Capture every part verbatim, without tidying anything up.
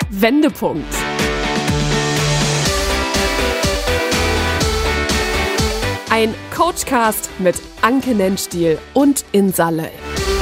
Wendepunkt. Ein Coachcast mit Anke Nennstiel und Insa Löll.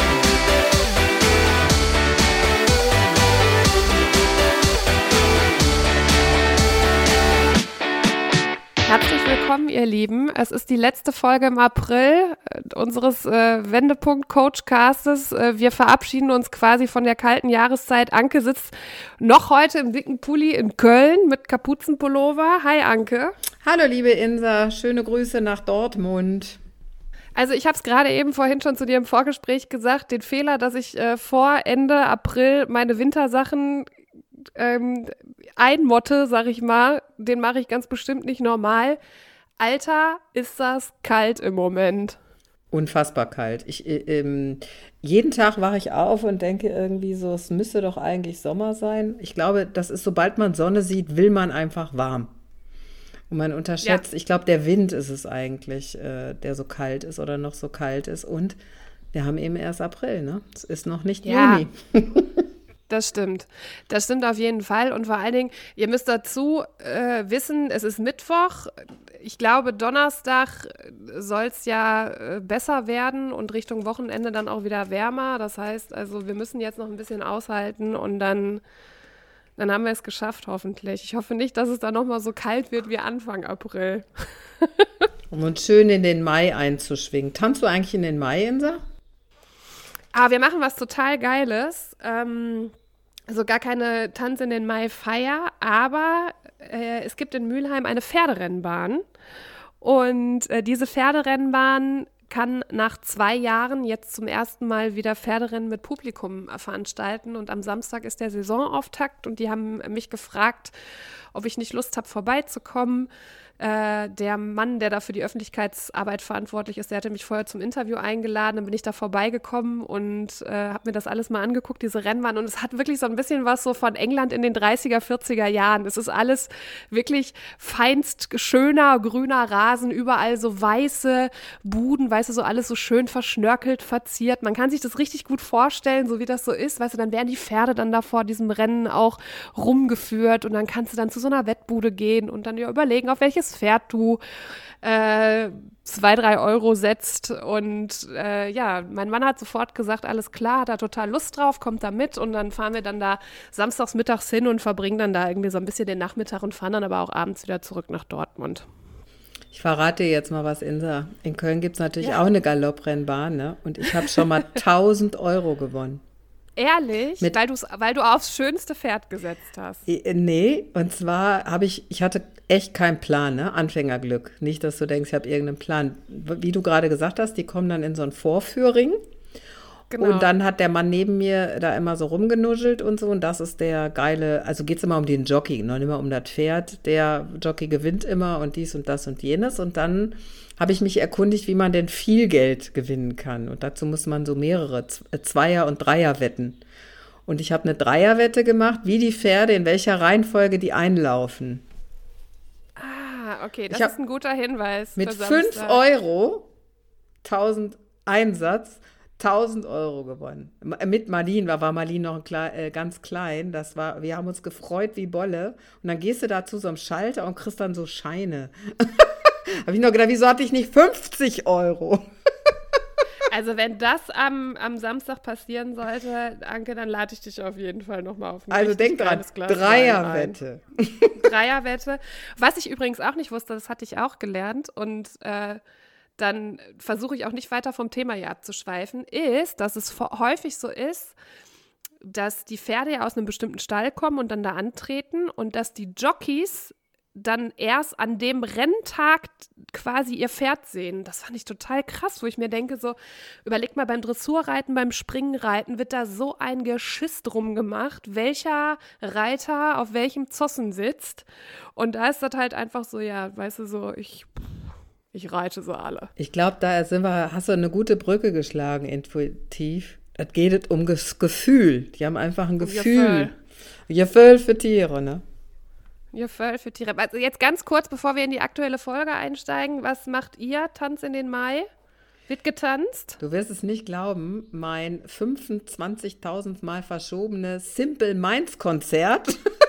Herzlich willkommen, ihr Lieben. Es ist die letzte Folge im April unseres äh, Wendepunkt-Coachcastes. Äh, wir verabschieden uns quasi von der kalten Jahreszeit. Anke sitzt noch heute im dicken Pulli in Köln mit Kapuzenpullover. Hi, Anke. Hallo, liebe Insa. Schöne Grüße nach Dortmund. Also ich habe es gerade eben vorhin schon zu dir im Vorgespräch gesagt, den Fehler, dass ich äh, vor Ende April meine Wintersachen ähm, einmotte, sag ich mal, den mache ich ganz bestimmt nicht normal. Alter, ist das kalt im Moment. Unfassbar kalt. Ich, ähm, jeden Tag wache ich auf und denke irgendwie so, es müsste doch eigentlich Sommer sein. Ich glaube, das ist, sobald man Sonne sieht, will man einfach warm. Und man unterschätzt, ja. Ich glaube, der Wind ist es eigentlich, äh, der so kalt ist oder noch so kalt ist. Und wir haben eben erst April, ne? Es ist noch nicht ja. Juni. Das stimmt. Das stimmt auf jeden Fall. Und vor allen Dingen, ihr müsst dazu äh, wissen, es ist Mittwoch. Ich glaube, Donnerstag soll es ja äh, besser werden und Richtung Wochenende dann auch wieder wärmer. Das heißt, also wir müssen jetzt noch ein bisschen aushalten und dann, dann haben wir es geschafft, hoffentlich. Ich hoffe nicht, dass es dann nochmal so kalt wird wie Anfang April. Um uns schön in den Mai einzuschwingen. Tanzt du eigentlich in den Mai, Insa? Ah, wir machen was total Geiles. Ähm, also gar keine Tanz in den Mai-Feier, aber äh, es gibt in Mülheim eine Pferderennbahn. Und äh, diese Pferderennbahn kann nach zwei Jahren jetzt zum ersten Mal wieder Pferderennen mit Publikum äh, veranstalten. Und am Samstag ist der Saisonauftakt und die haben mich gefragt, ob ich nicht Lust habe, vorbeizukommen. Äh, der Mann, der da für die Öffentlichkeitsarbeit verantwortlich ist, der hatte mich vorher zum Interview eingeladen, dann bin ich da vorbeigekommen und äh, habe mir das alles mal angeguckt, diese Rennbahn, und es hat wirklich so ein bisschen was so von England in den dreißiger, vierziger Jahren. Es ist alles wirklich feinst schöner, grüner Rasen, überall so weiße Buden, weißt du, so alles so schön verschnörkelt, verziert. Man kann sich das richtig gut vorstellen, so wie das so ist, weißt du, dann werden die Pferde dann da vor diesem Rennen auch rumgeführt und dann kannst du dann zu so einer Wettbude gehen und dann dir überlegen, auf welches Pferd du äh, zwei, drei Euro setzt. Und äh, ja, mein Mann hat sofort gesagt, alles klar, hat er total Lust drauf, kommt da mit. Und dann fahren wir dann da samstags mittags hin und verbringen dann da irgendwie so ein bisschen den Nachmittag und fahren dann aber auch abends wieder zurück nach Dortmund. Ich verrate dir jetzt mal was, Insa. In Köln gibt es natürlich ja. auch eine Galopprennbahn, ne? Und ich habe schon mal tausend Euro gewonnen. Ehrlich? Mit, weil, du's, weil du aufs schönste Pferd gesetzt hast? Nee, und zwar habe ich, ich hatte echt keinen Plan, ne? Anfängerglück. Nicht, dass du denkst, ich habe irgendeinen Plan. Wie du gerade gesagt hast, die kommen dann in so einen Vorführring. Genau. Und dann hat der Mann neben mir da immer so rumgenuschelt und so. Und das ist der geile, also geht es immer um den Jockey, noch nicht immer um das Pferd. Der Jockey gewinnt immer und dies und das und jenes. Und dann habe ich mich erkundigt, wie man denn viel Geld gewinnen kann. Und dazu muss man so mehrere Zweier- und Dreierwetten. Und ich habe eine Dreierwette gemacht, wie die Pferde, in welcher Reihenfolge die einlaufen. Ah, okay, das ist ein guter Hinweis. Mit fünf Euro, tausend Einsatz, tausend Euro gewonnen. Mit Marlene, da war Marlene noch ein Kle- äh, ganz klein. Das war, wir haben uns gefreut wie Bolle. Und dann gehst du da zu so einem Schalter und kriegst dann so Scheine. Habe ich noch gedacht, wieso hatte ich nicht fünfzig Euro? Also wenn das am, am Samstag passieren sollte, Anke, dann lade ich dich auf jeden Fall nochmal auf ein Also denk dran, Dreierwette. Dreierwette. Was ich übrigens auch nicht wusste, das hatte ich auch gelernt und äh, dann versuche ich auch nicht weiter vom Thema hier abzuschweifen, ist, dass es häufig so ist, dass die Pferde ja aus einem bestimmten Stall kommen und dann da antreten und dass die Jockeys dann erst an dem Renntag quasi ihr Pferd sehen. Das fand ich total krass, wo ich mir denke, so, überleg mal, beim Dressurreiten, beim Springreiten wird da so ein Geschiss drum gemacht, welcher Reiter auf welchem Zossen sitzt. Und da ist das halt einfach so, ja, weißt du, so, ich, ich reite so alle. Ich glaube, da sind wir, hast du eine gute Brücke geschlagen, intuitiv. Es geht um das Gefühl. Die haben einfach ein Gefühl. Gefühl für Tiere, ne? Gefühl für Tiere. Also jetzt ganz kurz, bevor wir in die aktuelle Folge einsteigen, was macht ihr? Tanz in den Mai? Wird getanzt? Du wirst es nicht glauben, mein fünfundzwanzigtausend Mal verschobene Simple Minds Konzert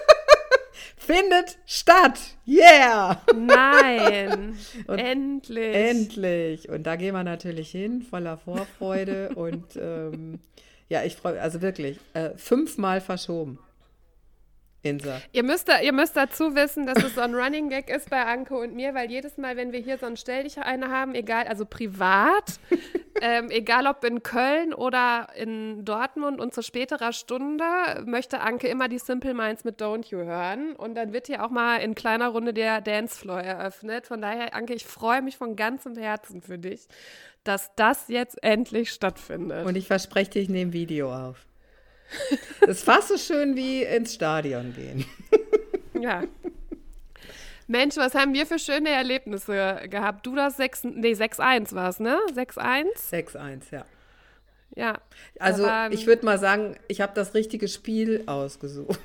findet statt. Yeah! Nein, endlich. Endlich. Und da gehen wir natürlich hin, voller Vorfreude. und ähm, ja, ich freue mich, also wirklich, äh, fünfmal verschoben. Insa. Ihr müsst, da, ihr müsst dazu wissen, dass es so ein Running Gag ist bei Anke und mir, weil jedes Mal, wenn wir hier so ein Stell-dich-eine haben, egal, also privat, ähm, egal ob in Köln oder in Dortmund und zu späterer Stunde, möchte Anke immer die Simple Minds mit Don't You hören. Und dann wird hier auch mal in kleiner Runde der Dancefloor eröffnet. Von daher, Anke, ich freue mich von ganzem Herzen für dich, dass das jetzt endlich stattfindet. Und ich verspreche dir, ich nehme Video auf. Das ist fast so schön wie ins Stadion gehen. Ja. Mensch, was haben wir für schöne Erlebnisse gehabt? Du das sechs, nee, sechs eins war es, ne? sechs eins? sechs eins, ja. Ja. Also ich würde mal sagen, ich habe das richtige Spiel ausgesucht.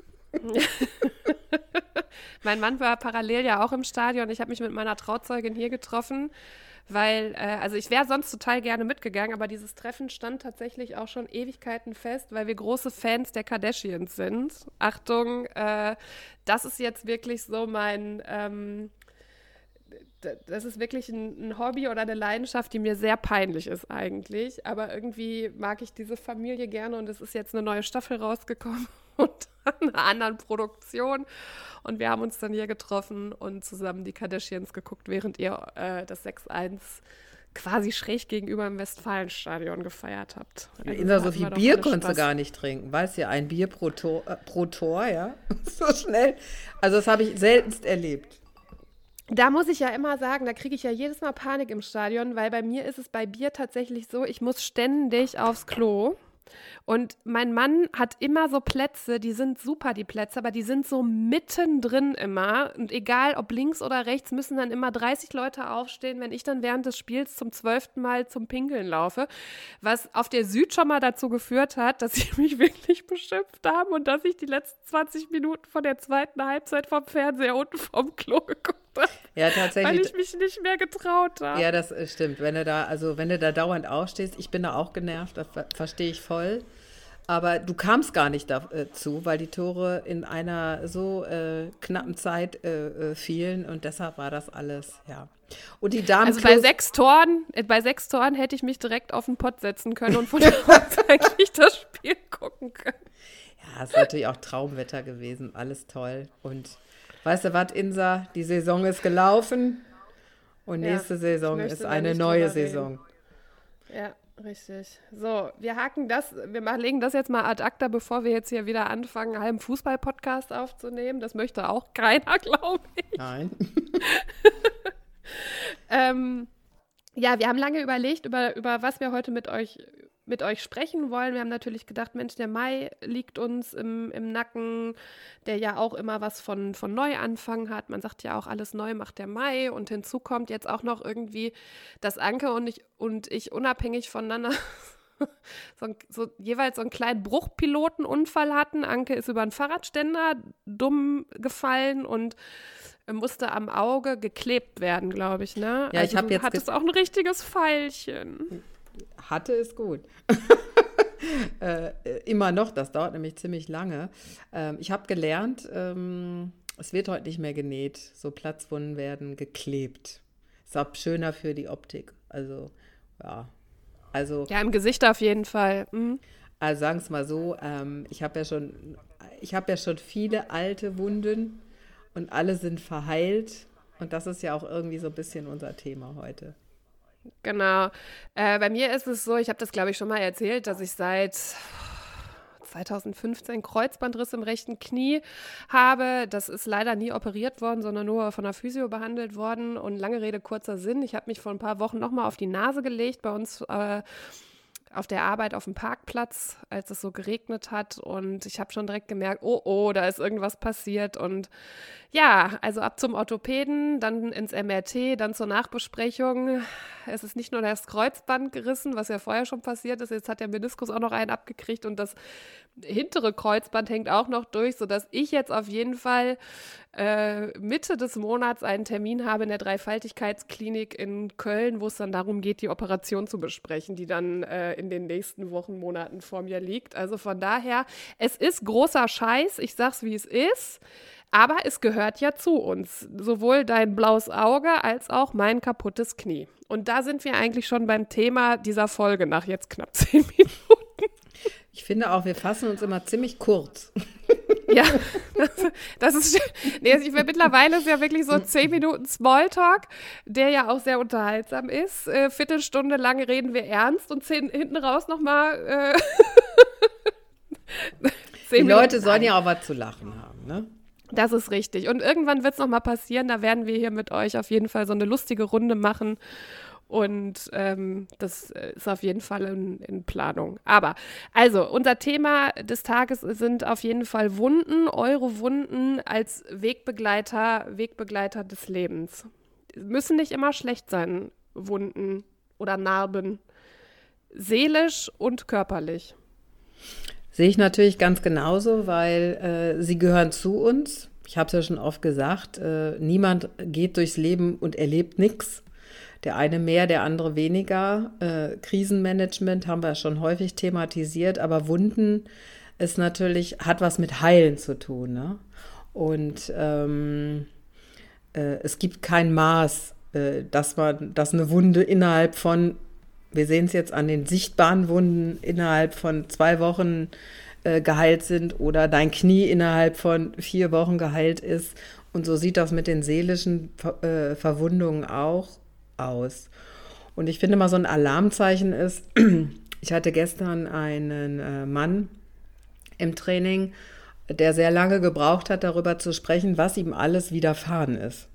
Mein Mann war parallel ja auch im Stadion. Ich habe mich mit meiner Trauzeugin hier getroffen, weil, äh, also ich wäre sonst total gerne mitgegangen, aber dieses Treffen stand tatsächlich auch schon Ewigkeiten fest, weil wir große Fans der Kardashians sind. Achtung, äh, das ist jetzt wirklich so mein, ähm, d- das ist wirklich ein, ein Hobby oder eine Leidenschaft, die mir sehr peinlich ist eigentlich, aber irgendwie mag ich diese Familie gerne und es ist jetzt eine neue Staffel rausgekommen und einer anderen Produktion. Und wir haben uns dann hier getroffen und zusammen die Kardashians geguckt, während ihr äh, das sechs eins quasi schräg gegenüber im Westfalenstadion gefeiert habt. Also Insa, so viel Bier konntest du gar nicht trinken. Weißt ja, ein Bier pro Tor, äh, pro Tor, ja, so schnell. Also das habe ich seltenst erlebt. Da muss ich ja immer sagen, da kriege ich ja jedes Mal Panik im Stadion, weil bei mir ist es bei Bier tatsächlich so, ich muss ständig aufs Klo. Und mein Mann hat immer so Plätze, die sind super, die Plätze, aber die sind so mittendrin immer. Und egal, ob links oder rechts, müssen dann immer dreißig Leute aufstehen, wenn ich dann während des Spiels zum zwölften Mal zum Pinkeln laufe. Was auf der Süd schon mal dazu geführt hat, dass sie mich wirklich beschimpft haben und dass ich die letzten zwanzig Minuten von der zweiten Halbzeit vom Fernseher unten vom Klo geguckt habe. Ja, tatsächlich. Weil ich mich nicht mehr getraut habe. Ja, das stimmt. Wenn du da, also wenn du da dauernd aufstehst, ich bin da auch genervt, das ver- verstehe ich voll. Aber du kamst gar nicht dazu, weil die Tore in einer so äh, knappen Zeit äh, äh, fielen und deshalb war das alles, ja. Und die Damen Also bei sechs Toren, äh, bei sechs Toren hätte ich mich direkt auf den Pott setzen können und von da aus eigentlich das Spiel gucken können. Ja, es ist natürlich auch Traumwetter gewesen, alles toll. Und weißt du was, Insa, die Saison ist gelaufen und Ja, nächste Saison ich möchte ist da eine nicht neue drüber reden. Saison. Ja, richtig. So, wir haken das, wir machen, legen das jetzt mal ad acta, bevor wir jetzt hier wieder anfangen, einen halben Fußball-Podcast aufzunehmen. Das möchte auch keiner, glaube ich. Nein. Ähm, ja, wir haben lange überlegt, über, über was wir heute mit euch, mit euch sprechen wollen. Wir haben natürlich gedacht, Mensch, der Mai liegt uns im, im Nacken, der ja auch immer was von, von Neuanfang hat. Man sagt ja auch, alles neu macht der Mai. Und hinzu kommt jetzt auch noch irgendwie, dass Anke und ich, und ich unabhängig voneinander so, ein- so jeweils so einen kleinen Bruchpilotenunfall hatten. Anke ist über einen Fahrradständer dumm gefallen und musste am Auge geklebt werden, glaube ich, ne? Ja, also ich hab du jetzt hattest ge- auch ein richtiges Pfeilchen. Hatte ist gut. äh, immer noch, das dauert nämlich ziemlich lange. Ähm, ich habe gelernt, ähm, es wird heute nicht mehr genäht. So Platzwunden werden geklebt. Ist auch schöner für die Optik. Also, ja. Also, Ja, im Gesicht auf jeden Fall. Mhm. also sagen es mal so, ähm, ich habe ja schon, ich habe ja schon viele alte Wunden und alle sind verheilt. Und das ist ja auch irgendwie so ein bisschen unser Thema heute. Genau. Äh, bei mir ist es so, ich habe das, glaube ich, schon mal erzählt, dass ich seit zwanzig fünfzehn Kreuzbandriss im rechten Knie habe. Das ist leider nie operiert worden, sondern nur von der Physio behandelt worden. Und lange Rede, kurzer Sinn. Ich habe mich vor ein paar Wochen nochmal auf die Nase gelegt bei uns äh, auf der Arbeit auf dem Parkplatz, als es so geregnet hat. Und ich habe schon direkt gemerkt, oh, oh, da ist irgendwas passiert. Und ja, also ab zum Orthopäden, dann ins M R T, dann zur Nachbesprechung. Es ist nicht nur das Kreuzband gerissen, was ja vorher schon passiert ist, jetzt hat der Meniskus auch noch einen abgekriegt und das hintere Kreuzband hängt auch noch durch, sodass ich jetzt auf jeden Fall äh, Mitte des Monats einen Termin habe in der Dreifaltigkeitsklinik in Köln, wo es dann darum geht, die Operation zu besprechen, die dann äh, in in den nächsten Wochen, Monaten vor mir liegt. Also von daher, es ist großer Scheiß, ich sag's wie es ist, aber es gehört ja zu uns. Sowohl dein blaues Auge als auch mein kaputtes Knie. Und da sind wir eigentlich schon beim Thema dieser Folge nach jetzt knapp zehn Minuten. Ich finde auch, wir fassen uns immer ziemlich kurz. Ja, das, das ist, nee, ich, mittlerweile ist ja wirklich so zehn Minuten Smalltalk, der ja auch sehr unterhaltsam ist. Äh, Viertelstunde lang reden wir ernst und zehn, hinten raus nochmal. Äh, Die Leute sollen ja auch was zu lachen haben, ne? Das ist richtig. Und irgendwann wird es nochmal passieren, da werden wir hier mit euch auf jeden Fall so eine lustige Runde machen. Und ähm, das ist auf jeden Fall in, in Planung. Aber, also, unser Thema des Tages sind auf jeden Fall Wunden, eure Wunden als Wegbegleiter, Wegbegleiter des Lebens. Müssen nicht immer schlecht sein, Wunden oder Narben. Seelisch und körperlich. Sehe ich natürlich ganz genauso, weil äh, sie gehören zu uns. Ich habe es ja schon oft gesagt, äh, niemand geht durchs Leben und erlebt nichts. Der eine mehr, der andere weniger. Äh, Krisenmanagement haben wir schon häufig thematisiert, aber Wunden ist natürlich, hat was mit Heilen zu tun. Ne? Und ähm, äh, es gibt kein Maß, äh, dass man, dass eine Wunde innerhalb von, wir sehen es jetzt an den sichtbaren Wunden, innerhalb von zwei Wochen äh, geheilt sind oder dein Knie innerhalb von vier Wochen geheilt ist. Und so sieht das mit den seelischen Ver- äh, Verwundungen auch aus. Und ich finde mal, so ein Alarmzeichen ist, ich hatte gestern einen äh, Mann im Training, der sehr lange gebraucht hat, darüber zu sprechen, was ihm alles widerfahren ist.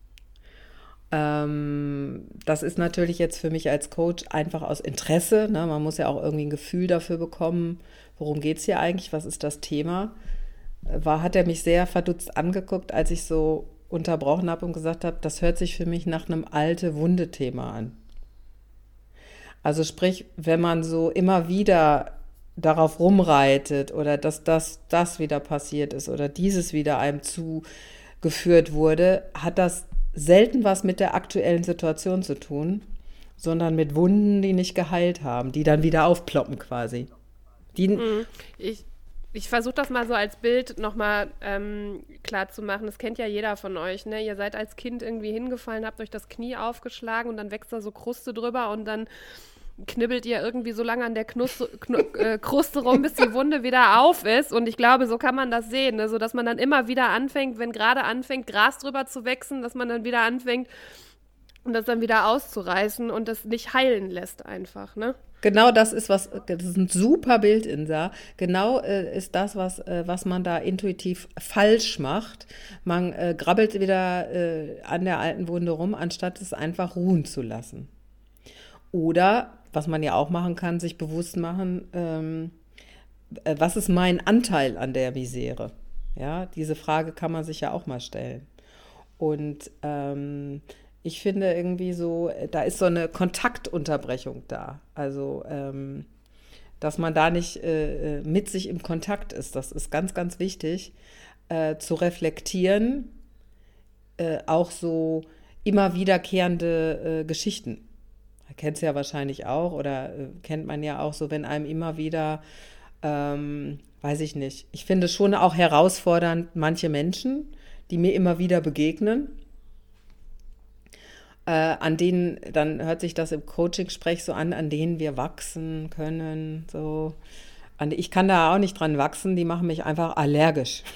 Ähm, das ist natürlich jetzt für mich als Coach einfach aus Interesse, ne? Man muss ja auch irgendwie ein Gefühl dafür bekommen, worum geht es hier eigentlich, was ist das Thema. War, hat er mich sehr verdutzt angeguckt, als ich so unterbrochen habe und gesagt habe, das hört sich für mich nach einem alte Wunde-Thema an. Also sprich, wenn man so immer wieder darauf rumreitet oder dass das, das wieder passiert ist oder dieses wieder einem zugeführt wurde, hat das selten was mit der aktuellen Situation zu tun, sondern mit Wunden, die nicht geheilt haben, die dann wieder aufploppen quasi. Die mhm. Ich Ich versuche das mal so als Bild nochmal ähm, klar zu machen. Das kennt ja jeder von euch, ne? Ihr seid als Kind irgendwie hingefallen, habt euch das Knie aufgeschlagen und dann wächst da so Kruste drüber und dann knibbelt ihr irgendwie so lange an der Knuste, Knu, äh, Kruste rum, bis die Wunde wieder auf ist. Und ich glaube, so kann man das sehen, ne? So dass man dann immer wieder anfängt, wenn gerade anfängt, Gras drüber zu wachsen, dass man dann wieder anfängt, und das dann wieder auszureißen und das nicht heilen lässt einfach, ne? Genau das ist was, das ist ein super Bild, Insa. Genau äh, ist das, was, äh, was man da intuitiv falsch macht. Man äh, grabbelt wieder äh, an der alten Wunde rum, anstatt es einfach ruhen zu lassen. Oder, was man ja auch machen kann, sich bewusst machen, ähm, äh, was ist mein Anteil an der Misere? Ja, diese Frage kann man sich ja auch mal stellen. Und ähm, ich finde irgendwie so, da ist so eine Kontaktunterbrechung da. Also, ähm, dass man da nicht äh, mit sich im Kontakt ist. Das ist ganz, ganz wichtig, äh, zu reflektieren, äh, auch so immer wiederkehrende äh, Geschichten. Kennt es ja wahrscheinlich auch oder äh, kennt man ja auch so, wenn einem immer wieder, ähm, weiß ich nicht, ich finde schon auch herausfordernd manche Menschen, die mir immer wieder begegnen, Äh, an denen, dann hört sich das im Coaching-Sprech so an, an denen wir wachsen können. So. An, ich kann da auch nicht dran wachsen, die machen mich einfach allergisch.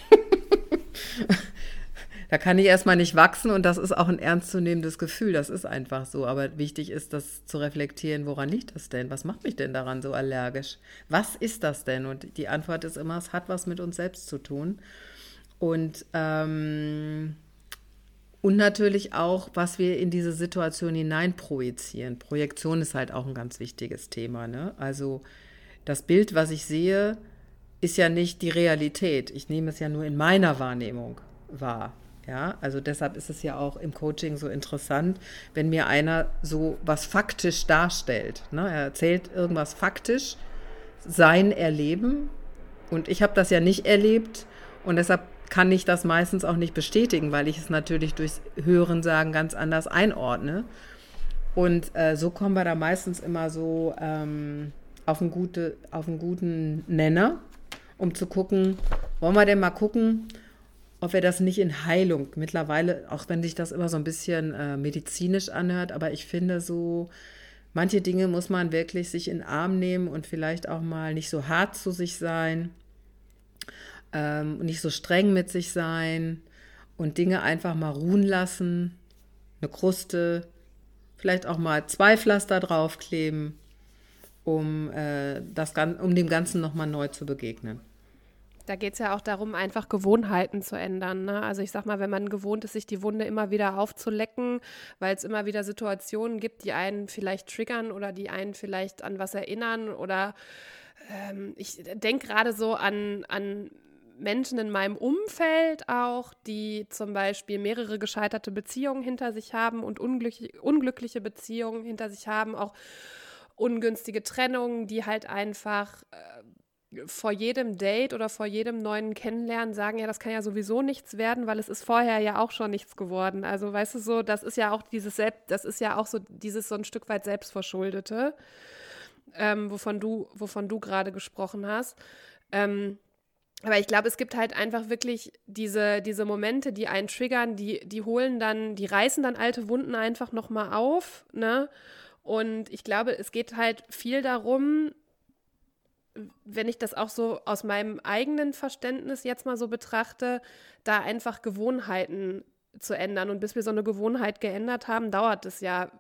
Da kann ich erstmal nicht wachsen und das ist auch ein ernstzunehmendes Gefühl, das ist einfach so. Aber wichtig ist, das zu reflektieren, woran liegt das denn? Was macht mich denn daran so allergisch? Was ist das denn? Und die Antwort ist immer, es hat was mit uns selbst zu tun. Und ähm, Und natürlich auch, was wir in diese Situation hineinprojizieren. Projektion ist halt auch ein ganz wichtiges Thema, ne? Also das Bild, was ich sehe, ist ja nicht die Realität. Ich nehme es ja nur in meiner Wahrnehmung wahr. Ja? Also deshalb ist es ja auch im Coaching so interessant, wenn mir einer so was faktisch darstellt. Ne? Er erzählt irgendwas faktisch, sein Erleben. Und ich habe das ja nicht erlebt und deshalb kann ich das meistens auch nicht bestätigen, weil ich es natürlich durchs Hörensagen ganz anders einordne. Und äh, so kommen wir da meistens immer so ähm, auf einen, gute, auf einen guten Nenner, um zu gucken, wollen wir denn mal gucken, ob wir das nicht in Heilung, mittlerweile, auch wenn sich das immer so ein bisschen äh, medizinisch anhört, aber ich finde so, manche Dinge muss man wirklich sich in den Arm nehmen und vielleicht auch mal nicht so hart zu sich sein, ähm, nicht so streng mit sich sein und Dinge einfach mal ruhen lassen, eine Kruste, vielleicht auch mal zwei Pflaster draufkleben, um, äh, das, um dem Ganzen nochmal neu zu begegnen. Da geht es ja auch darum, einfach Gewohnheiten zu ändern. Ne? Also ich sag mal, wenn man gewohnt ist, sich die Wunde immer wieder aufzulecken, weil es immer wieder Situationen gibt, die einen vielleicht triggern oder die einen vielleicht an was erinnern. Oder ähm, ich denke gerade so an, an Menschen in meinem Umfeld auch, die zum Beispiel mehrere gescheiterte Beziehungen hinter sich haben und unglückliche, unglückliche Beziehungen hinter sich haben, auch ungünstige Trennungen, die halt einfach äh, vor jedem Date oder vor jedem neuen Kennenlernen sagen, ja, das kann ja sowieso nichts werden, weil es ist vorher ja auch schon nichts geworden. Also weißt du so, das ist ja auch dieses Selbst, das ist ja auch so dieses so ein Stück weit Selbstverschuldete, ähm, wovon du, wovon du gerade gesprochen hast. Ähm, aber ich glaube, es gibt halt einfach wirklich diese, diese Momente, die einen triggern, die, die holen dann, die reißen dann alte Wunden einfach nochmal auf, ne? Und ich glaube, es geht halt viel darum, wenn ich das auch so aus meinem eigenen Verständnis jetzt mal so betrachte, da einfach Gewohnheiten zu ändern. Und bis wir so eine Gewohnheit geändert haben, dauert es ja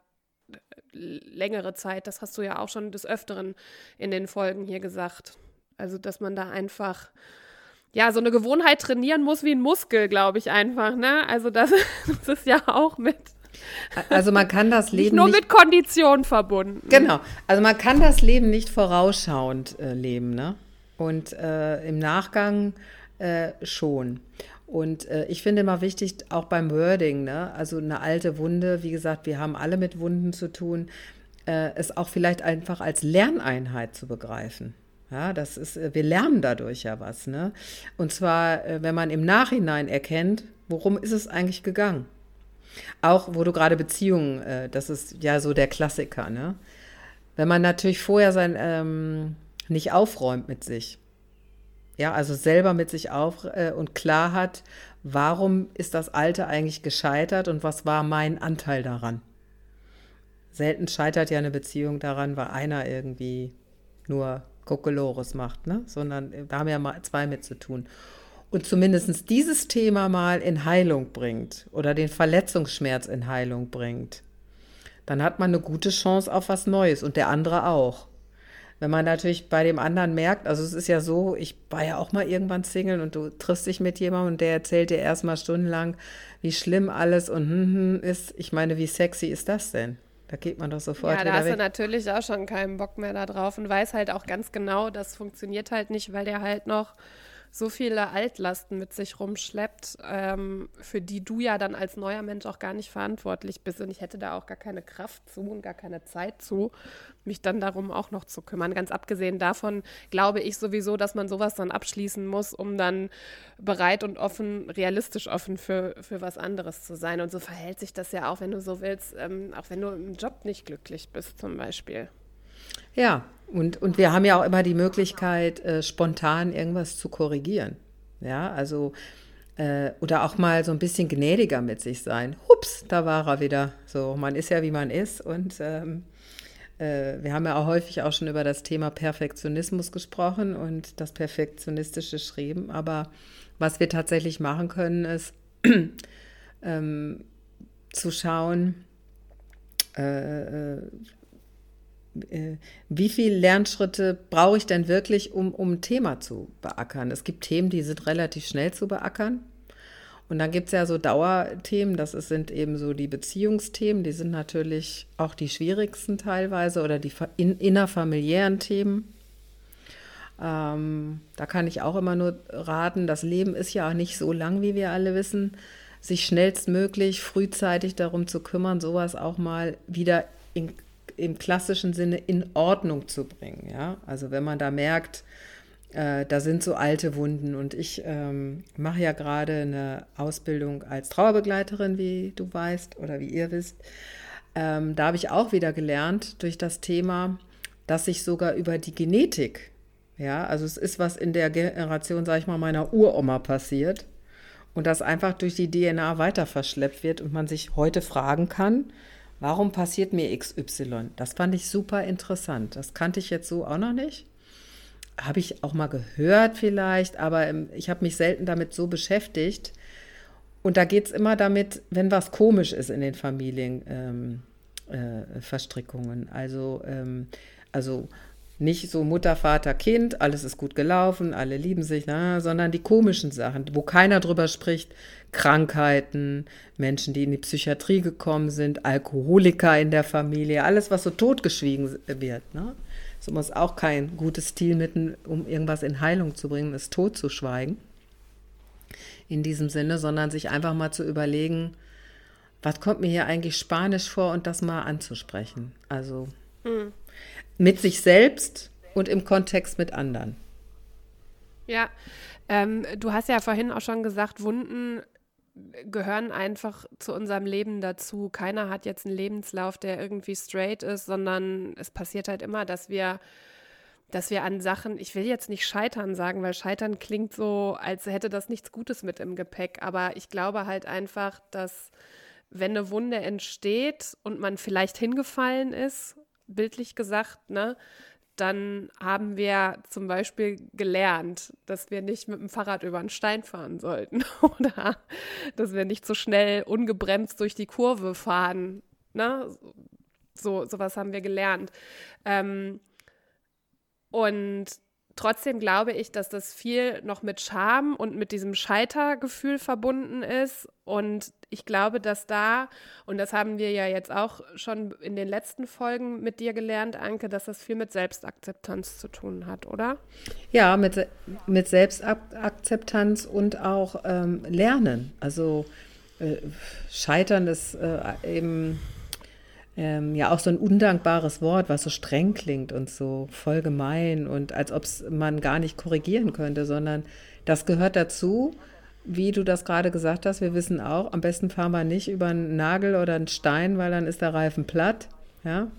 längere Zeit. Das hast du ja auch schon des Öfteren in den Folgen hier gesagt. Also, dass man da einfach, ja, so eine Gewohnheit trainieren muss wie ein Muskel, glaube ich einfach, ne? Also, das, das ist ja auch mit... Also man kann das Leben nicht nur nicht, mit Kondition verbunden. Genau, also man kann das Leben nicht vorausschauend äh, leben, ne? Und äh, im Nachgang äh, schon. Und äh, ich finde immer wichtig, auch beim Wording, ne? Also eine alte Wunde, wie gesagt, wir haben alle mit Wunden zu tun, äh, es auch vielleicht einfach als Lerneinheit zu begreifen. Ja, das ist, wir lernen dadurch ja was, ne? Und zwar, äh, wenn man im Nachhinein erkennt, worum ist es eigentlich gegangen? Auch, wo du gerade Beziehungen, äh, das ist ja so der Klassiker, ne? Wenn man natürlich vorher sein ähm, nicht aufräumt mit sich, ja, also selber mit sich auf äh, und klar hat, warum ist das Alte eigentlich gescheitert und was war mein Anteil daran? Selten scheitert ja eine Beziehung daran, weil einer irgendwie nur Kokolores macht, ne? Sondern da haben ja mal zwei mit zu tun. Und zumindest dieses Thema mal in Heilung bringt oder den Verletzungsschmerz in Heilung bringt, dann hat man eine gute Chance auf was Neues und der andere auch. Wenn man natürlich bei dem anderen merkt, also es ist ja so, ich war ja auch mal irgendwann Single und du triffst dich mit jemandem und der erzählt dir erstmal stundenlang, wie schlimm alles und hm, hm, ist. Ich meine, wie sexy ist das denn? Da geht man doch sofort wieder weg. Ja, da hast du natürlich auch schon keinen Bock mehr da drauf und weiß halt auch ganz genau, das funktioniert halt nicht, weil der halt noch so viele Altlasten mit sich rumschleppt, ähm, für die du ja dann als neuer Mensch auch gar nicht verantwortlich bist. Und ich hätte da auch gar keine Kraft zu und gar keine Zeit zu, mich dann darum auch noch zu kümmern. Ganz abgesehen davon glaube ich sowieso, dass man sowas dann abschließen muss, um dann bereit und offen, realistisch offen für, für was anderes zu sein. Und so verhält sich das ja auch, wenn du so willst, ähm, auch wenn du im Job nicht glücklich bist zum Beispiel. Ja, und, und wir haben ja auch immer die Möglichkeit, äh, spontan irgendwas zu korrigieren. Ja, also, äh, oder auch mal so ein bisschen gnädiger mit sich sein. Hups, da war er wieder. So, man ist ja, wie man ist. Und ähm, äh, wir haben ja auch häufig auch schon über das Thema Perfektionismus gesprochen und das perfektionistische Streben. Aber was wir tatsächlich machen können, ist ähm, zu schauen, äh, äh, wie viele Lernschritte brauche ich denn wirklich, um, um ein Thema zu beackern? Es gibt Themen, die sind relativ schnell zu beackern. Und dann gibt es ja so Dauerthemen, das ist, sind eben so die Beziehungsthemen, die sind natürlich auch die schwierigsten teilweise oder die in, innerfamiliären Themen. Ähm, da kann ich auch immer nur raten, das Leben ist ja auch nicht so lang, wie wir alle wissen, sich schnellstmöglich, frühzeitig darum zu kümmern, sowas auch mal wieder in im klassischen Sinne in Ordnung zu bringen. Ja? Also wenn man da merkt, äh, da sind so alte Wunden und ich ähm, mache ja gerade eine Ausbildung als Trauerbegleiterin, wie du weißt oder wie ihr wisst. Ähm, da habe ich auch wieder gelernt durch das Thema, dass sich sogar über die Genetik, ja, also es ist was in der Generation, sag ich mal, meiner Uroma passiert und das einfach durch die D N A weiter verschleppt wird und man sich heute fragen kann, warum passiert mir X Y? Das fand ich super interessant. Das kannte ich jetzt so auch noch nicht. Habe ich auch mal gehört vielleicht, aber ich habe mich selten damit so beschäftigt. Und da geht es immer damit, wenn was komisch ist in den Familienverstrickungen. Ähm, äh, Verstrickungen. also, ähm, also nicht so Mutter, Vater, Kind, alles ist gut gelaufen, alle lieben sich, na, sondern die komischen Sachen, wo keiner drüber spricht. Krankheiten, Menschen, die in die Psychiatrie gekommen sind, Alkoholiker in der Familie, alles, was so totgeschwiegen wird. Ne? So muss auch kein gutes Stilmittel, um irgendwas in Heilung zu bringen, ist totzuschweigen. In diesem Sinne, sondern sich einfach mal zu überlegen, was kommt mir hier eigentlich Spanisch vor und das mal anzusprechen. Also mhm. mit sich selbst und im Kontext mit anderen. Ja, ähm, du hast ja vorhin auch schon gesagt, Wunden gehören einfach zu unserem Leben dazu. Keiner hat jetzt einen Lebenslauf, der irgendwie straight ist, sondern es passiert halt immer, dass wir, dass wir an Sachen, ich will jetzt nicht scheitern sagen, weil scheitern klingt so, als hätte das nichts Gutes mit im Gepäck, aber ich glaube halt einfach, dass wenn eine Wunde entsteht und man vielleicht hingefallen ist, bildlich gesagt, ne, dann haben wir zum Beispiel gelernt, dass wir nicht mit dem Fahrrad über einen Stein fahren sollten oder dass wir nicht so schnell ungebremst durch die Kurve fahren. Ne? So, sowas haben wir gelernt. Ähm, und trotzdem glaube ich, dass das viel noch mit Scham und mit diesem Scheitergefühl verbunden ist. Und ich glaube, dass da, und das haben wir ja jetzt auch schon in den letzten Folgen mit dir gelernt, Anke, dass das viel mit Selbstakzeptanz zu tun hat, oder? Ja, mit, mit Selbstakzeptanz und auch ähm, Lernen. Also äh, Scheitern ist äh, eben ähm, ja auch so ein undankbares Wort, was so streng klingt und so voll gemein und als ob man gar nicht korrigieren könnte, sondern das gehört dazu. Wie du das gerade gesagt hast, wir wissen auch, am besten fahren wir nicht über einen Nagel oder einen Stein, weil dann ist der Reifen platt, ja.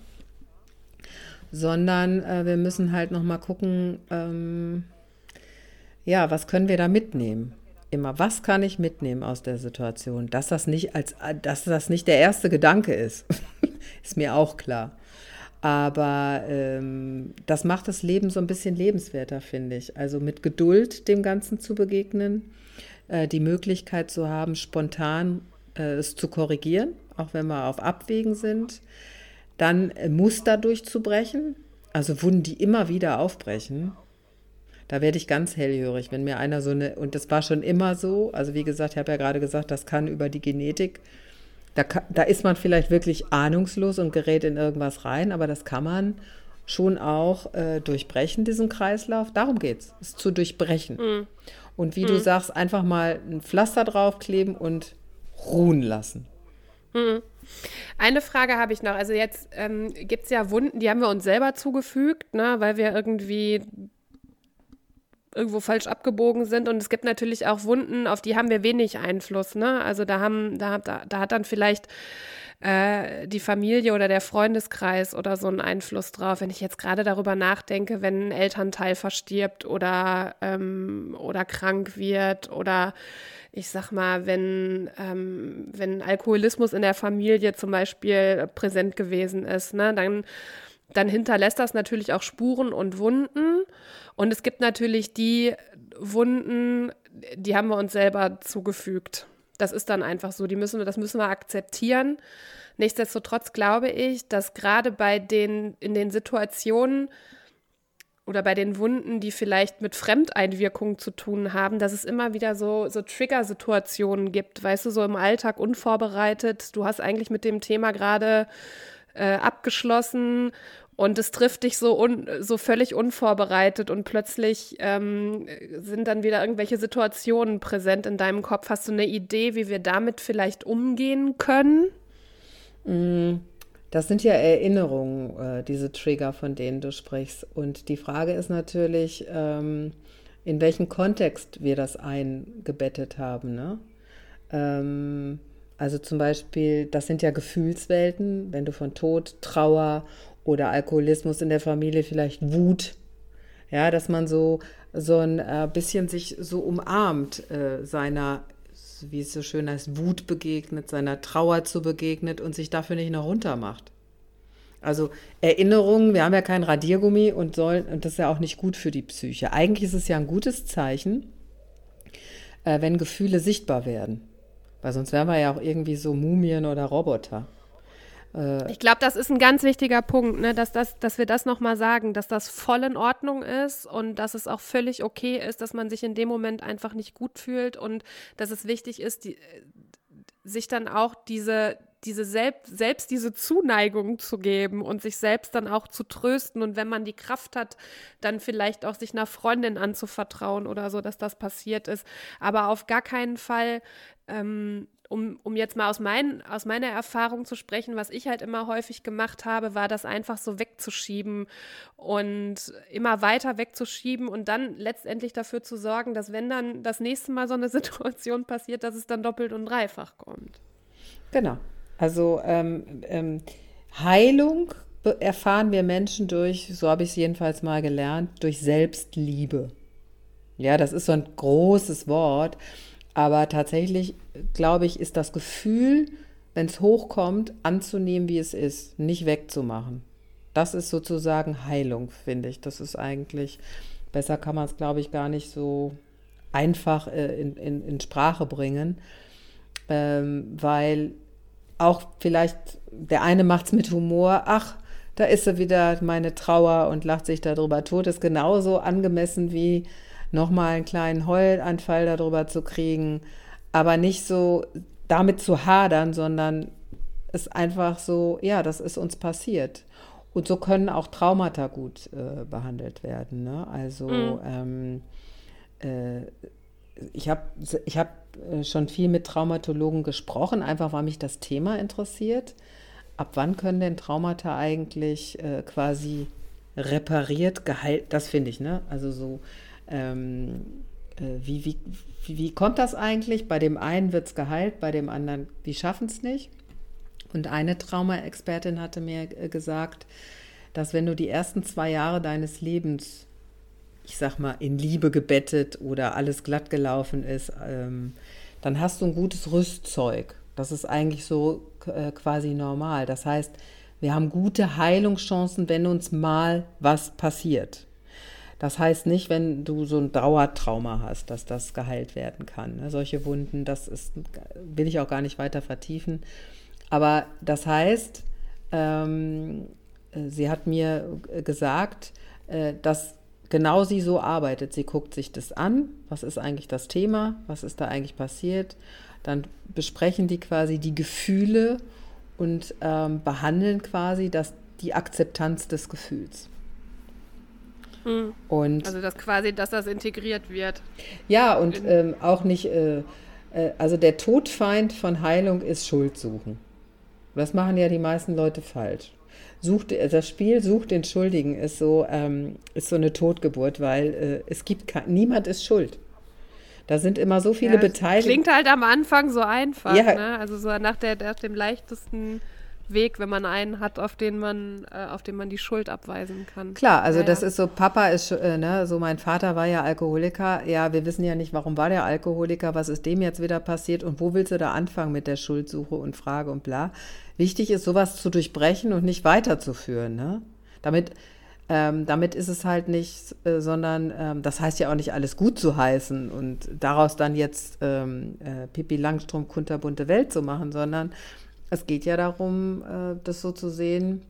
Sondern äh, wir müssen halt nochmal gucken, ähm, ja, was können wir da mitnehmen? Immer, was kann ich mitnehmen aus der Situation? Dass das nicht als, dass das nicht der erste Gedanke ist, ist mir auch klar. Aber ähm, das macht das Leben so ein bisschen lebenswerter, finde ich. Also mit Geduld dem Ganzen zu begegnen, die Möglichkeit zu haben, spontan äh, es zu korrigieren, auch wenn wir auf Abwägen sind, dann äh, Muster durchzubrechen, also Wunden, die immer wieder aufbrechen. Da werde ich ganz hellhörig, wenn mir einer so eine, und das war schon immer so, also wie gesagt, ich habe ja gerade gesagt, das kann über die Genetik, da, kann, da ist man vielleicht wirklich ahnungslos und gerät in irgendwas rein, aber das kann man schon auch äh, durchbrechen, diesen Kreislauf. Darum geht es, es zu durchbrechen. Mhm. Und wie mhm. du sagst, einfach mal ein Pflaster draufkleben und ruhen lassen. Mhm. Eine Frage habe ich noch. Also jetzt ähm, gibt es ja Wunden, die haben wir uns selber zugefügt, ne, weil wir irgendwie irgendwo falsch abgebogen sind. Und es gibt natürlich auch Wunden, auf die haben wir wenig Einfluss. Ne? Also da, haben, da, da, da hat dann vielleicht äh, die Familie oder der Freundeskreis oder so einen Einfluss drauf. Wenn ich jetzt gerade darüber nachdenke, wenn ein Elternteil verstirbt oder, ähm, oder krank wird oder ich sag mal, wenn, ähm, wenn Alkoholismus in der Familie zum Beispiel präsent gewesen ist, ne, dann, dann hinterlässt das natürlich auch Spuren und Wunden. Und es gibt natürlich die Wunden, die haben wir uns selber zugefügt. Das ist dann einfach so, die müssen wir, das müssen wir akzeptieren. Nichtsdestotrotz glaube ich, dass gerade bei den, in den Situationen oder bei den Wunden, die vielleicht mit Fremdeinwirkungen zu tun haben, dass es immer wieder so, so Trigger-Situationen gibt, weißt du, so im Alltag unvorbereitet. Du hast eigentlich mit dem Thema gerade äh, abgeschlossen und es trifft dich so, un, so völlig unvorbereitet und plötzlich ähm, sind dann wieder irgendwelche Situationen präsent in deinem Kopf. Hast du eine Idee, wie wir damit vielleicht umgehen können? Das sind ja Erinnerungen, äh, diese Trigger, von denen du sprichst. Und die Frage ist natürlich, ähm, in welchen Kontext wir das eingebettet haben, ne? Ähm, also zum Beispiel, das sind ja Gefühlswelten, wenn du von Tod, Trauer oder Alkoholismus in der Familie vielleicht Wut. Ja, dass man so, so ein äh, bisschen sich so umarmt, äh, seiner, wie es so schön heißt, Wut begegnet, seiner Trauer zu begegnet und sich dafür nicht noch runter macht. Also Erinnerungen, wir haben ja kein Radiergummi und sollen, und das ist ja auch nicht gut für die Psyche. Eigentlich ist es ja ein gutes Zeichen, äh, wenn Gefühle sichtbar werden. Weil sonst wären wir ja auch irgendwie so Mumien oder Roboter. Ich glaube, das ist ein ganz wichtiger Punkt, ne, dass, das, dass wir das nochmal sagen, dass das voll in Ordnung ist und dass es auch völlig okay ist, dass man sich in dem Moment einfach nicht gut fühlt und dass es wichtig ist, die, sich dann auch diese, diese selbst, selbst diese Zuneigung zu geben und sich selbst dann auch zu trösten und wenn man die Kraft hat, dann vielleicht auch sich einer Freundin anzuvertrauen oder so, dass das passiert ist. Aber auf gar keinen Fall ähm, Um, um jetzt mal aus, mein, aus meiner Erfahrung zu sprechen, was ich halt immer häufig gemacht habe, war das einfach so wegzuschieben und immer weiter wegzuschieben und dann letztendlich dafür zu sorgen, dass wenn dann das nächste Mal so eine Situation passiert, dass es dann doppelt und dreifach kommt. Genau. Also ähm, ähm, Heilung erfahren wir Menschen durch, so habe ich es jedenfalls mal gelernt, durch Selbstliebe. Ja, das ist so ein großes Wort. Aber tatsächlich, glaube ich, ist das Gefühl, wenn es hochkommt, anzunehmen, wie es ist, nicht wegzumachen. Das ist sozusagen Heilung, finde ich. Das ist eigentlich, besser kann man es, glaube ich, gar nicht so einfach äh, in, in, in Sprache bringen, ähm, weil auch vielleicht der eine macht es mit Humor, ach, da ist sie wieder, meine Trauer und lacht sich darüber tot, ist genauso angemessen wie nochmal einen kleinen Heulanfall darüber zu kriegen, aber nicht so damit zu hadern, sondern es einfach so, ja, das ist uns passiert. Und so können auch Traumata gut äh, behandelt werden. Ne? Also mhm. ähm, äh, ich habe ich hab schon viel mit Traumatologen gesprochen, einfach weil mich das Thema interessiert. Ab wann können denn Traumata eigentlich äh, quasi repariert, geheilt, das finde ich, ne? Also so Ähm, äh, wie, wie, wie, wie kommt das eigentlich? Bei dem einen wird es geheilt, bei dem anderen, die schaffen es nicht. Und eine Trauma-Expertin hatte mir äh, gesagt, dass wenn du die ersten zwei Jahre deines Lebens, ich sag mal, in Liebe gebettet oder alles glatt gelaufen ist, ähm, dann hast du ein gutes Rüstzeug. Das ist eigentlich so äh, quasi normal. Das heißt, wir haben gute Heilungschancen, wenn uns mal was passiert. Das heißt nicht, wenn du so ein Dauertrauma hast, dass das geheilt werden kann. Ne? Solche Wunden, das ist, will ich auch gar nicht weiter vertiefen. Aber das heißt, ähm, sie hat mir gesagt, äh, dass genau sie so arbeitet. Sie guckt sich das an, was ist eigentlich das Thema, was ist da eigentlich passiert. Dann besprechen die quasi die Gefühle und ähm, behandeln quasi das, die Akzeptanz des Gefühls. Mhm. Und also dass quasi, dass das integriert wird. Ja, und ähm, auch nicht, äh, äh, also der Todfeind von Heilung ist Schuld suchen. Das machen ja die meisten Leute falsch. Sucht, das Spiel Sucht den Schuldigen ist so, ähm, ist so eine Totgeburt, weil äh, es gibt kein, niemand ist schuld. Da sind immer so viele ja, Beteiligte. Klingt halt am Anfang so einfach, ja. Ne? Also so nach, der, nach dem leichtesten Weg, wenn man einen hat, auf den man, äh, auf den man die Schuld abweisen kann. Klar, also ja, das ja. ist so, Papa ist, äh, ne, so mein Vater war ja Alkoholiker. Ja, wir wissen ja nicht, warum war der Alkoholiker, was ist dem jetzt wieder passiert und wo willst du da anfangen mit der Schuldsuche und Frage und bla. Wichtig ist, sowas zu durchbrechen und nicht weiterzuführen. Ne? Damit, ähm, damit ist es halt nicht, äh, sondern ähm, das heißt ja auch nicht alles gut zu heißen und daraus dann jetzt ähm, äh, Pippi Langstrumpf kunterbunte Welt zu machen, sondern es geht ja darum, das so zu sehen,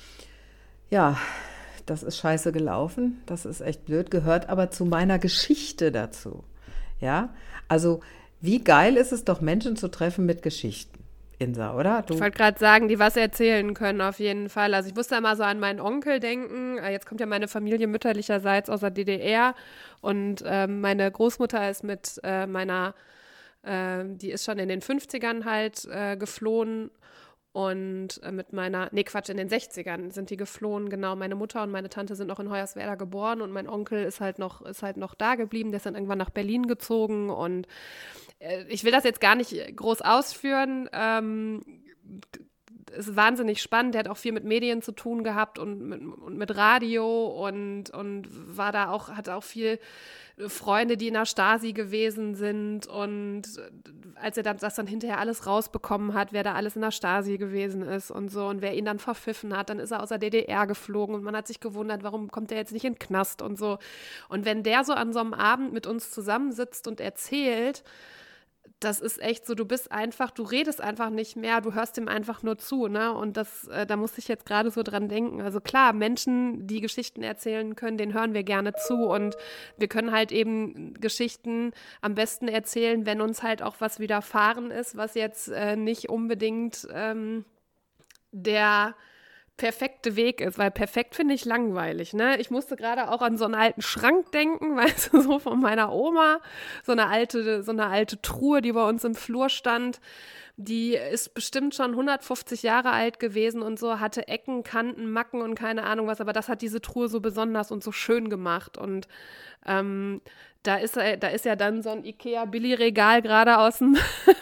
ja, das ist scheiße gelaufen, das ist echt blöd, gehört aber zu meiner Geschichte dazu. Ja, also wie geil ist es doch, Menschen zu treffen mit Geschichten, Insa, oder? Du? Ich wollte gerade sagen, die was erzählen können auf jeden Fall. Also ich musste immer so an meinen Onkel denken. Jetzt kommt ja meine Familie mütterlicherseits aus der D D R und äh, meine Großmutter ist mit äh, meiner Die ist schon in den fünfzigern halt äh, geflohen und äh, mit meiner, nee Quatsch, in den sechzigern sind die geflohen, genau. Meine Mutter und meine Tante sind noch in Hoyerswerda geboren und mein Onkel ist halt noch, ist halt noch da geblieben, der ist dann irgendwann nach Berlin gezogen und äh, ich will das jetzt gar nicht groß ausführen, ähm, ist wahnsinnig spannend. Der hat auch viel mit Medien zu tun gehabt und mit, und mit Radio und, und war da auch, hat auch viel Freunde, die in der Stasi gewesen sind. Und als er dann, das dann hinterher alles rausbekommen hat, wer da alles in der Stasi gewesen ist und so und wer ihn dann verpfiffen hat, dann ist er aus der D D R geflogen und man hat sich gewundert, warum kommt der jetzt nicht in den Knast und so. Und wenn der so an so einem Abend mit uns zusammensitzt und erzählt, das ist echt so, du bist einfach, du redest einfach nicht mehr, du hörst ihm einfach nur zu, ne? Und das, äh, da musste ich jetzt gerade so dran denken. Also klar, Menschen, die Geschichten erzählen können, denen hören wir gerne zu und wir können halt eben Geschichten am besten erzählen, wenn uns halt auch was widerfahren ist, was jetzt äh, nicht unbedingt ähm, der perfekte Weg ist, weil perfekt finde ich langweilig, ne? Ich musste gerade auch an so einen alten Schrank denken, weißt du, so von meiner Oma, so eine alte, so eine alte Truhe, die bei uns im Flur stand, die ist bestimmt schon hundertfünfzig Jahre alt gewesen und so, hatte Ecken, Kanten, Macken und keine Ahnung was, aber das hat diese Truhe so besonders und so schön gemacht und ähm, da ist, da ist ja dann so ein Ikea-Billigregal gerade aus dem,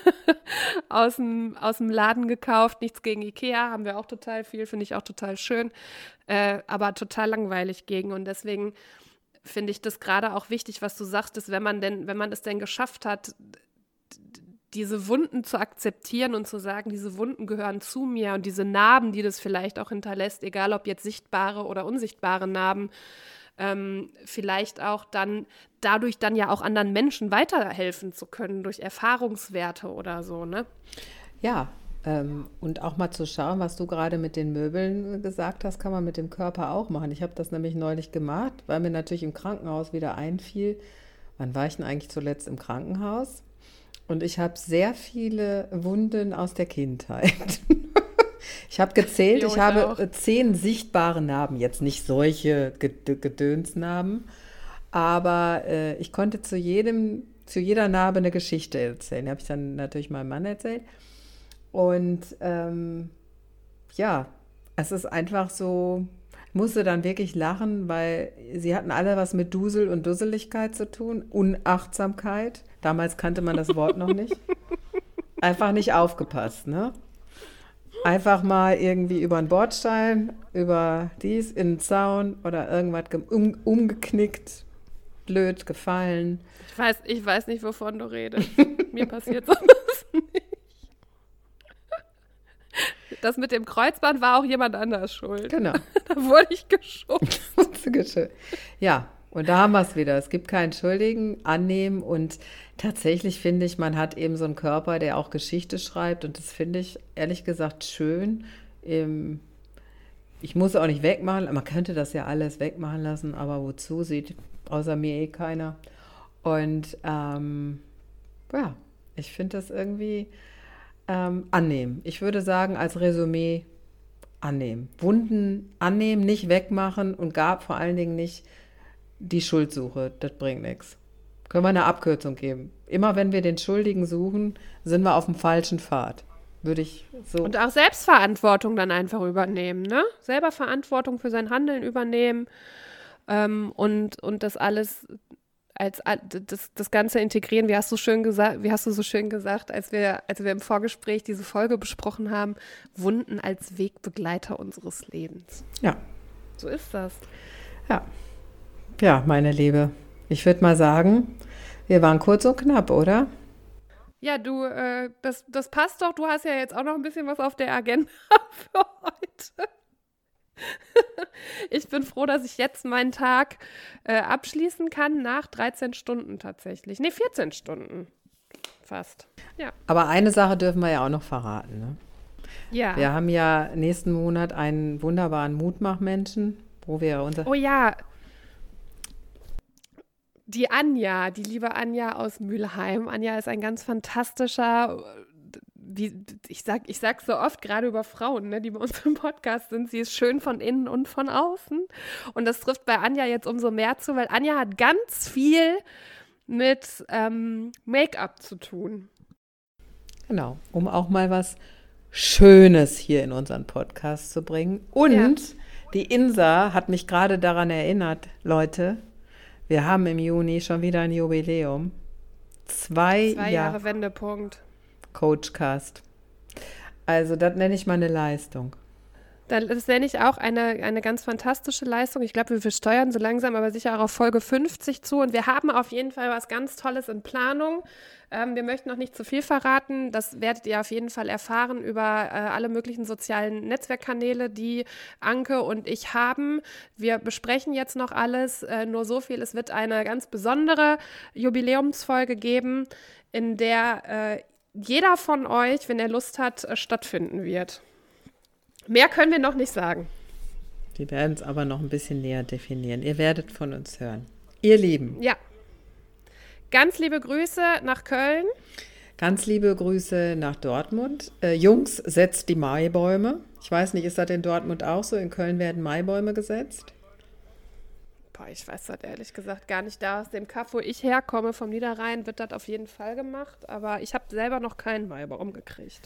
aus dem, aus dem Laden gekauft. Nichts gegen Ikea, haben wir auch total viel, finde ich auch total schön, äh, aber total langweilig gegen. Und deswegen finde ich das gerade auch wichtig, was du sagtest, wenn man denn, wenn man es denn geschafft hat, diese Wunden zu akzeptieren und zu sagen, diese Wunden gehören zu mir und diese Narben, die das vielleicht auch hinterlässt, egal ob jetzt sichtbare oder unsichtbare Narben, Ähm, vielleicht auch dann dadurch dann ja auch anderen Menschen weiterhelfen zu können durch Erfahrungswerte oder so, ne? Ja, ähm, und auch mal zu schauen, was du gerade mit den Möbeln gesagt hast, kann man mit dem Körper auch machen. Ich habe das nämlich neulich gemacht, weil mir natürlich im Krankenhaus wieder einfiel, wann war ich denn eigentlich zuletzt im Krankenhaus? Und ich habe sehr viele Wunden aus der Kindheit. Ich habe gezählt, Jo, ich ich habe auch. äh, zehn sichtbare Narben, jetzt nicht solche Ged- Gedönsnarben, aber äh, ich konnte zu jedem, zu jeder Narbe eine Geschichte erzählen. Die habe ich dann natürlich meinem Mann erzählt. Und ähm, ja, es ist einfach so, ich musste dann wirklich lachen, weil sie hatten alle was mit Dusel und Dusseligkeit zu tun, Unachtsamkeit. Damals kannte man das Wort noch nicht. Einfach nicht aufgepasst, ne? Einfach mal irgendwie über einen Bordstein, über dies, in den Zaun oder irgendwas gem- um, umgeknickt, blöd gefallen. Ich weiß, ich weiß nicht, wovon du redest. Mir passiert sowas nicht. Das mit dem Kreuzband war auch jemand anders schuld. Genau. Da wurde ich geschubst. Ja, und da haben wir es wieder. Es gibt keinen Schuldigen, annehmen und tatsächlich finde ich, man hat eben so einen Körper, der auch Geschichte schreibt und das finde ich ehrlich gesagt schön. Ähm, Ich muss auch nicht wegmachen, man könnte das ja alles wegmachen lassen, aber wozu, sieht außer mir eh keiner. Und ähm, ja, ich finde das irgendwie ähm, annehmen. Ich würde sagen, als Resümee annehmen. Wunden annehmen, nicht wegmachen und gab vor allen Dingen nicht die Schuldsuche. Das bringt nichts. Können wir eine Abkürzung geben. Immer wenn wir den Schuldigen suchen, sind wir auf dem falschen Pfad. Würde ich so. Und auch Selbstverantwortung dann einfach übernehmen, ne? Selber Verantwortung für sein Handeln übernehmen ähm, und, und das alles als das, das Ganze integrieren. Wie hast du schön gesagt, wie hast du so schön gesagt, als wir, als wir im Vorgespräch diese Folge besprochen haben, Wunden als Wegbegleiter unseres Lebens. Ja. So ist das. Ja. Ja, meine Liebe. Ich würde mal sagen, wir waren kurz und knapp, oder? Ja, du, äh, das, das passt doch. Du hast ja jetzt auch noch ein bisschen was auf der Agenda für heute. Ich bin froh, dass ich jetzt meinen Tag äh, abschließen kann, nach dreizehn Stunden tatsächlich. Nee, vierzehn Stunden fast. Ja. Aber eine Sache dürfen wir ja auch noch verraten, ne? Ja. Wir haben ja nächsten Monat einen wunderbaren Mutmachmenschen, wo wir unser... Oh ja. Die Anja, die liebe Anja aus Mülheim. Anja ist ein ganz fantastischer, wie, ich sag, ich sag so oft, gerade über Frauen, ne, die bei uns im Podcast sind, sie ist schön von innen und von außen. Und das trifft bei Anja jetzt umso mehr zu, weil Anja hat ganz viel mit ähm, Make-up zu tun. Genau, um auch mal was Schönes hier in unseren Podcast zu bringen. Und ja. Die Insa hat mich gerade daran erinnert, Leute, wir haben im Juni schon wieder ein Jubiläum. Zwei, Zwei Jahr Jahre Wendepunkt. Coachcast. Also das nenne ich mal eine Leistung. Das nenne ich auch eine, eine ganz fantastische Leistung. Ich glaube, wir steuern so langsam aber sicher auch auf Folge fünfzig zu. Und wir haben auf jeden Fall was ganz Tolles in Planung. Ähm, wir möchten noch nicht zu viel verraten. Das werdet ihr auf jeden Fall erfahren über äh, alle möglichen sozialen Netzwerkkanäle, die Anke und ich haben. Wir besprechen jetzt noch alles. Äh, nur so viel, es wird eine ganz besondere Jubiläumsfolge geben, in der äh, jeder von euch, wenn er Lust hat, äh, stattfinden wird. Mehr können wir noch nicht sagen. Wir werden es aber noch ein bisschen näher definieren. Ihr werdet von uns hören. Ihr Lieben. Ja. Ganz liebe Grüße nach Köln. Ganz liebe Grüße nach Dortmund. Äh, Jungs, setzt die Maibäume. Ich weiß nicht, ist das in Dortmund auch so? In Köln werden Maibäume gesetzt? Boah, ich weiß das ehrlich gesagt gar nicht. Da aus dem Kaff, wo ich herkomme, vom Niederrhein, wird das auf jeden Fall gemacht. Aber ich habe selber noch keinen Maibaum gekriegt.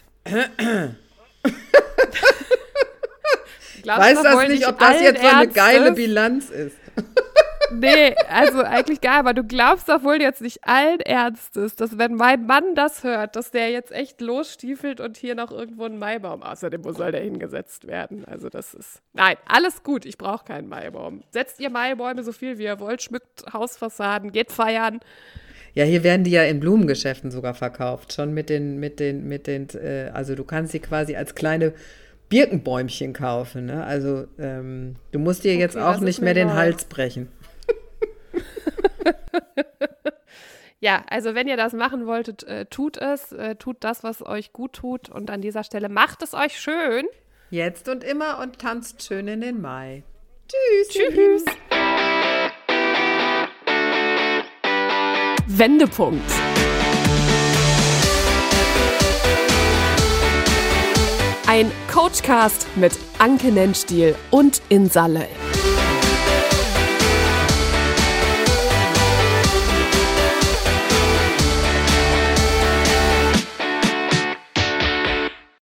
Glaubst, weiß das nicht, ob das jetzt so eine geile Bilanz ist. Nee, also eigentlich geil, aber du glaubst doch wohl jetzt nicht allen Ernstes, dass wenn mein Mann das hört, dass der jetzt echt losstiefelt und hier noch irgendwo einen Maibaum, außerdem, wo soll der hingesetzt werden? Also das ist, nein, alles gut, ich brauche keinen Maibaum. Setzt ihr Maibäume so viel wie ihr wollt, schmückt Hausfassaden, geht feiern. Ja, hier werden die ja in Blumengeschäften sogar verkauft, schon mit den, mit den, mit den, äh, also du kannst sie quasi als kleine Birkenbäumchen kaufen, ne? Also ähm, du musst dir okay, jetzt auch nicht mehr den Hals brechen. Ja, also wenn ihr das machen wolltet, äh, tut es, äh, tut das, was euch gut tut und an dieser Stelle macht es euch schön. Jetzt und immer und tanzt schön in den Mai. Tschüss. Tschüss. Wendepunkt. Ein Coachcast mit Anke Nennstiel und Insa Löll.